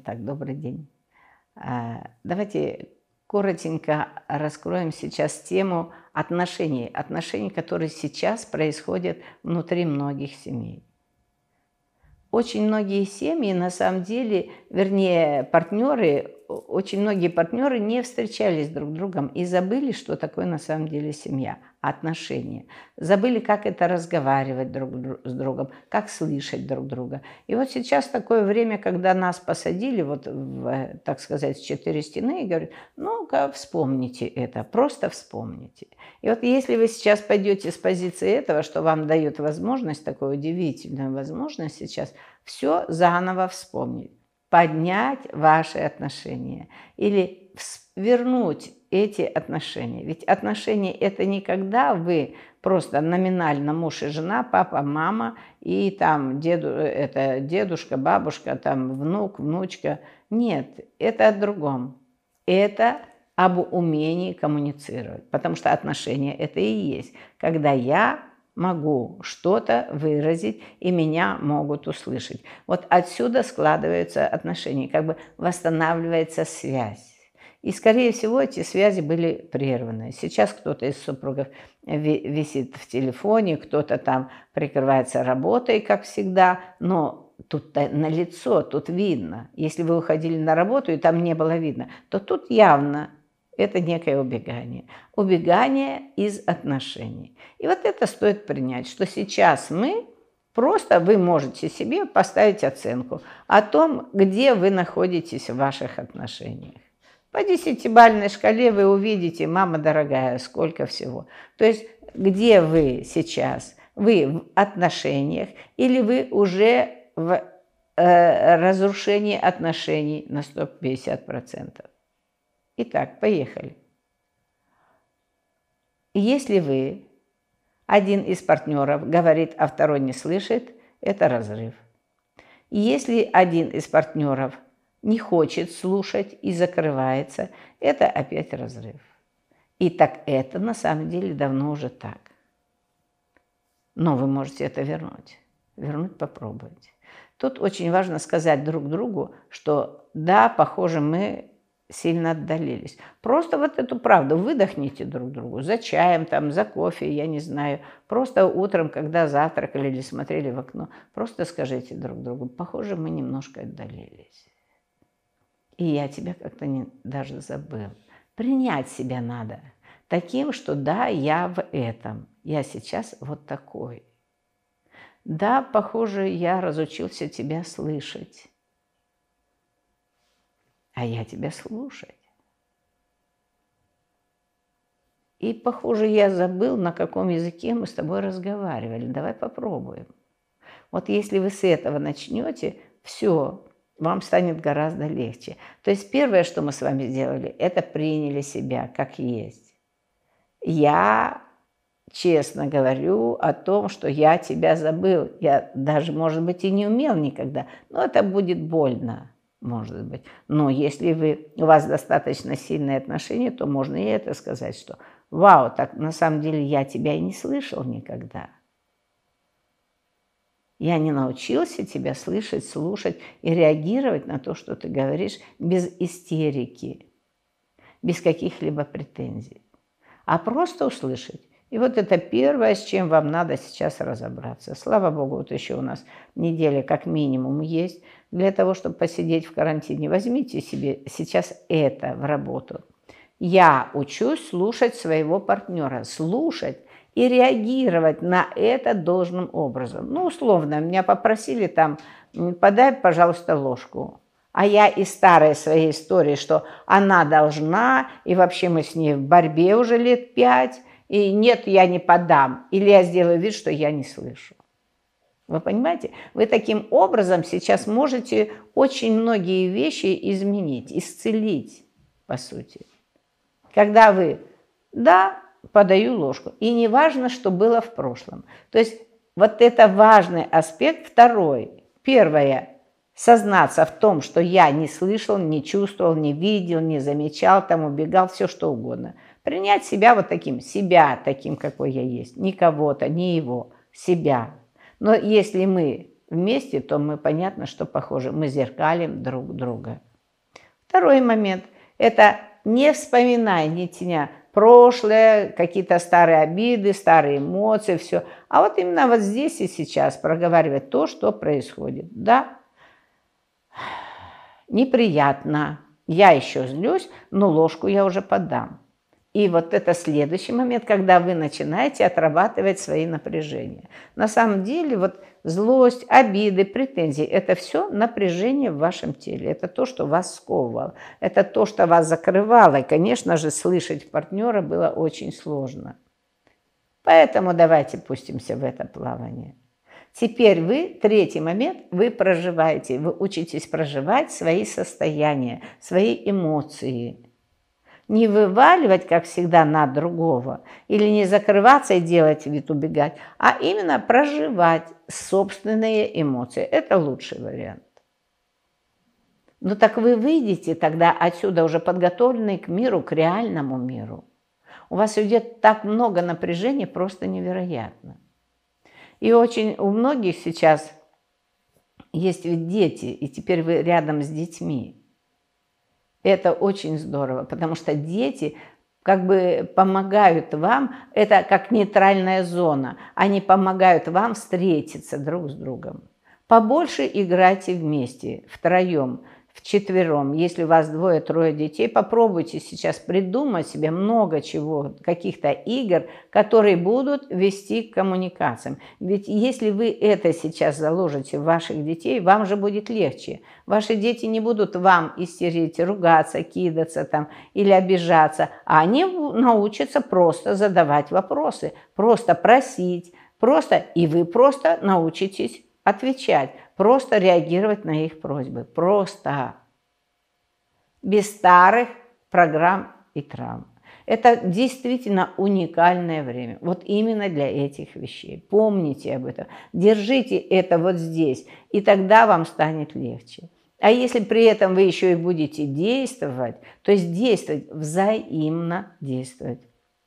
Итак, добрый день. Давайте коротенько раскроем сейчас тему отношений. Отношений, которые сейчас происходят внутри многих семей. Очень многие семьи, на самом деле, вернее, партнеры, очень многие партнеры не встречались друг с другом и забыли, что такое на самом деле семья, отношения. Забыли, как это разговаривать друг с другом, как слышать друг друга. И вот сейчас такое время, когда нас посадили, вот в, так сказать, в четыре стены, и говорят: ну-ка, вспомните это, просто вспомните. И вот если вы сейчас пойдете с позиции этого, что вам дает возможность, такую удивительную возможность сейчас, все заново вспомнить, поднять ваши отношения или вернуть эти отношения. Ведь отношения – это не когда вы просто номинально муж и жена, папа, мама и там это дедушка, бабушка, там внук, внучка. Нет, это о другом. Это об умении коммуницировать. Потому что отношения – это и есть, когда я могу что-то выразить, и меня могут услышать. Вот отсюда складываются отношения, как бы восстанавливается связь. И, скорее всего, эти связи были прерваны. Сейчас кто-то из супругов висит в телефоне, кто-то там прикрывается работой, как всегда, но тут налицо, тут видно. Если вы уходили на работу, и там не было видно, то тут явно это некое убегание. Убегание из отношений. И вот это стоит принять, что сейчас вы можете себе поставить оценку о том, где вы находитесь в ваших отношениях. По 10-бальной шкале вы увидите, мама дорогая, сколько всего. То есть где вы сейчас? Вы в отношениях или вы уже в разрушении отношений на 150%? Итак, поехали. Если вы, один из партнеров говорит, а второй не слышит, это разрыв. Если один из партнеров не хочет слушать и закрывается, это опять разрыв. И так это на самом деле давно уже так. Но вы можете это вернуть. Вернуть попробуйте. Тут очень важно сказать друг другу, что да, похоже, мы сильно отдалились. Просто вот эту правду выдохните друг другу за чаем, там, за кофе, я не знаю. Просто утром, когда завтракали или смотрели в окно, просто скажите друг другу: похоже, мы немножко отдалились. И я тебя как-то даже забыл. Принять себя надо таким, что да, я в этом. Я сейчас вот такой. Да, похоже, я разучился тебя слышать. А я тебя слушать. И, похоже, я забыл, на каком языке мы с тобой разговаривали. Давай попробуем. Вот если вы с этого начнете, все, вам станет гораздо легче. То есть первое, что мы с вами сделали, это приняли себя как есть. Я честно говорю о том, что я тебя забыл. Я даже, может быть, и не умел никогда, но это будет больно. Может быть. Но если у вас достаточно сильные отношения, то можно и это сказать, что вау, так на самом деле я тебя и не слышал никогда. Я не научился тебя слышать, слушать и реагировать на то, что ты говоришь, без истерики, без каких-либо претензий, а просто услышать. И вот это первое, с чем вам надо сейчас разобраться. Слава Богу, вот еще у нас неделя как минимум есть. Для того, чтобы посидеть в карантине, возьмите себе сейчас это в работу. Я учусь слушать своего партнера, слушать и реагировать на это должным образом. Ну, условно, меня попросили там: подай, пожалуйста, ложку. А я из старой своей истории, что она должна, и вообще мы с ней в борьбе уже лет 5, и нет, я не подам. Или я сделаю вид, что я не слышу. Вы понимаете? Вы таким образом сейчас можете очень многие вещи изменить, исцелить, по сути. Когда вы, да, подаю ложку. И не важно, что было в прошлом. То есть вот это важный аспект. Второй. Первое. Сознаться в том, что я не слышал, не чувствовал, не видел, не замечал, там убегал, все что угодно. Принять себя вот таким, какой я есть. Не кого-то, не его, себя. Но если мы вместе, то мы, понятно, что похожи. Мы зеркалим друг друга. Второй момент – это не вспоминай, не тяня прошлое, какие-то старые обиды, старые эмоции, все. А вот именно вот здесь и сейчас проговаривать то, что происходит. Да, неприятно, я еще злюсь, но ложку я уже подам. И вот это следующий момент, когда вы начинаете отрабатывать свои напряжения. На самом деле вот злость, обиды, претензии – это все напряжение в вашем теле. Это то, что вас сковывало. Это то, что вас закрывало. И, конечно же, слышать партнера было очень сложно. Поэтому давайте пустимся в это плавание. Теперь вы, третий момент, вы проживаете, вы учитесь проживать свои состояния, свои эмоции. Не вываливать, как всегда, на другого, или не закрываться и делать вид убегать, а именно проживать собственные эмоции. Это лучший вариант. Ну так вы выйдете тогда отсюда уже подготовленный к миру, к реальному миру. У вас уйдет так много напряжения, просто невероятно. И очень у многих сейчас есть ведь дети, и теперь вы рядом с детьми. Это очень здорово, потому что дети как бы помогают вам, это как нейтральная зона, они помогают вам встретиться друг с другом. Побольше играйте вместе, втроем, вчетвером. Если у вас двое-трое детей, попробуйте сейчас придумать себе много чего, каких-то игр, которые будут вести к коммуникациям. Ведь если вы это сейчас заложите в ваших детей, вам же будет легче. Ваши дети не будут вам истерить, ругаться, кидаться там или обижаться, а они научатся просто задавать вопросы, просто просить, просто, и вы просто научитесь отвечать, просто реагировать на их просьбы. Просто. Без старых программ и травм. Это действительно уникальное время. Вот именно для этих вещей. Помните об этом. Держите это вот здесь, и тогда вам станет легче. А если при этом вы еще и будете действовать, то есть действовать, взаимно действовать.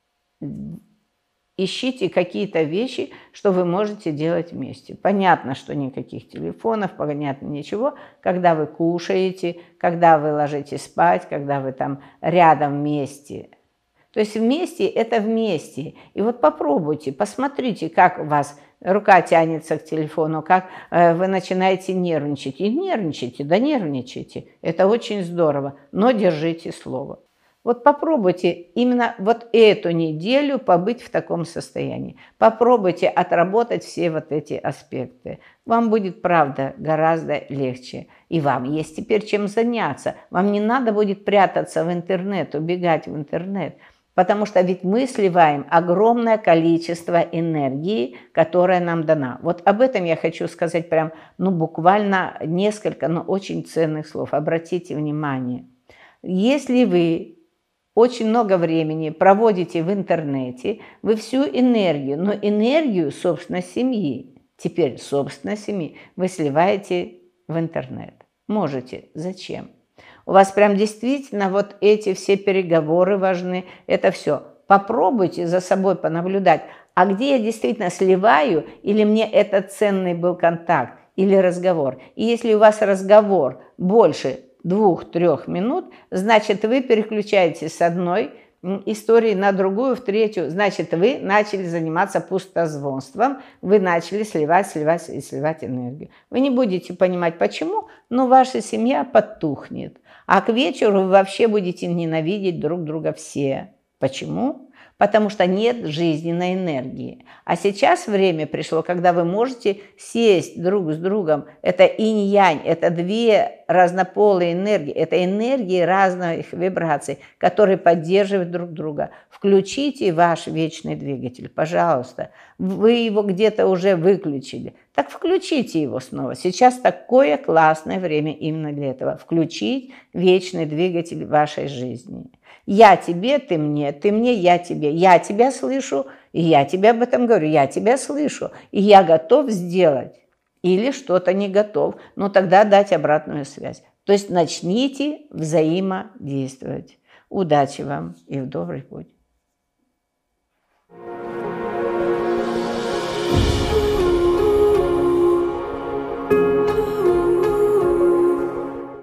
Ищите какие-то вещи, что вы можете делать вместе. Понятно, что никаких телефонов, понятно ничего. Когда вы кушаете, когда вы ложитесь спать, когда вы там рядом вместе. То есть вместе – это вместе. И вот попробуйте, посмотрите, как у вас рука тянется к телефону, как вы начинаете нервничать. И нервничайте, да нервничайте. Это очень здорово, но держите слово. Вот попробуйте именно вот эту неделю побыть в таком состоянии. Попробуйте отработать все вот эти аспекты. Вам будет, правда, гораздо легче. И вам есть теперь чем заняться. Вам не надо будет прятаться в интернет, убегать в интернет. Потому что ведь мы сливаем огромное количество энергии, которая нам дана. Вот об этом я хочу сказать прям, буквально несколько, но очень ценных слов. Обратите внимание. Если вы очень много времени проводите в интернете, вы всю энергию, но энергию, собственно, семьи, теперь, собственно, семьи, вы сливаете в интернет. Можете. Зачем? У вас прям действительно вот эти все переговоры важны, это все. Попробуйте за собой понаблюдать, а где я действительно сливаю, или мне это ценный был контакт, или разговор. И если у вас разговор больше 2-3 минут, значит, вы переключаетесь с одной истории на другую, в третью. Значит, вы начали заниматься пустозвонством, вы начали сливать энергию. Вы не будете понимать, почему, но ваша семья потухнет. А к вечеру вы вообще будете ненавидеть друг друга все. Почему? Потому что нет жизненной энергии. А сейчас время пришло, когда вы можете сесть друг с другом. Это инь-янь, это две разнополые энергии, это энергии разных вибраций, которые поддерживают друг друга. Включите ваш вечный двигатель, пожалуйста. Вы его где-то уже выключили. Так включите его снова. Сейчас такое классное время именно для этого. Включить вечный двигатель вашей жизни. Я тебе, ты мне, я тебе. Я тебя слышу, и я тебе об этом говорю. Я тебя слышу, и я готов сделать. Или что-то не готов, но тогда дать обратную связь. То есть начните взаимодействовать. Удачи вам и в добрый путь.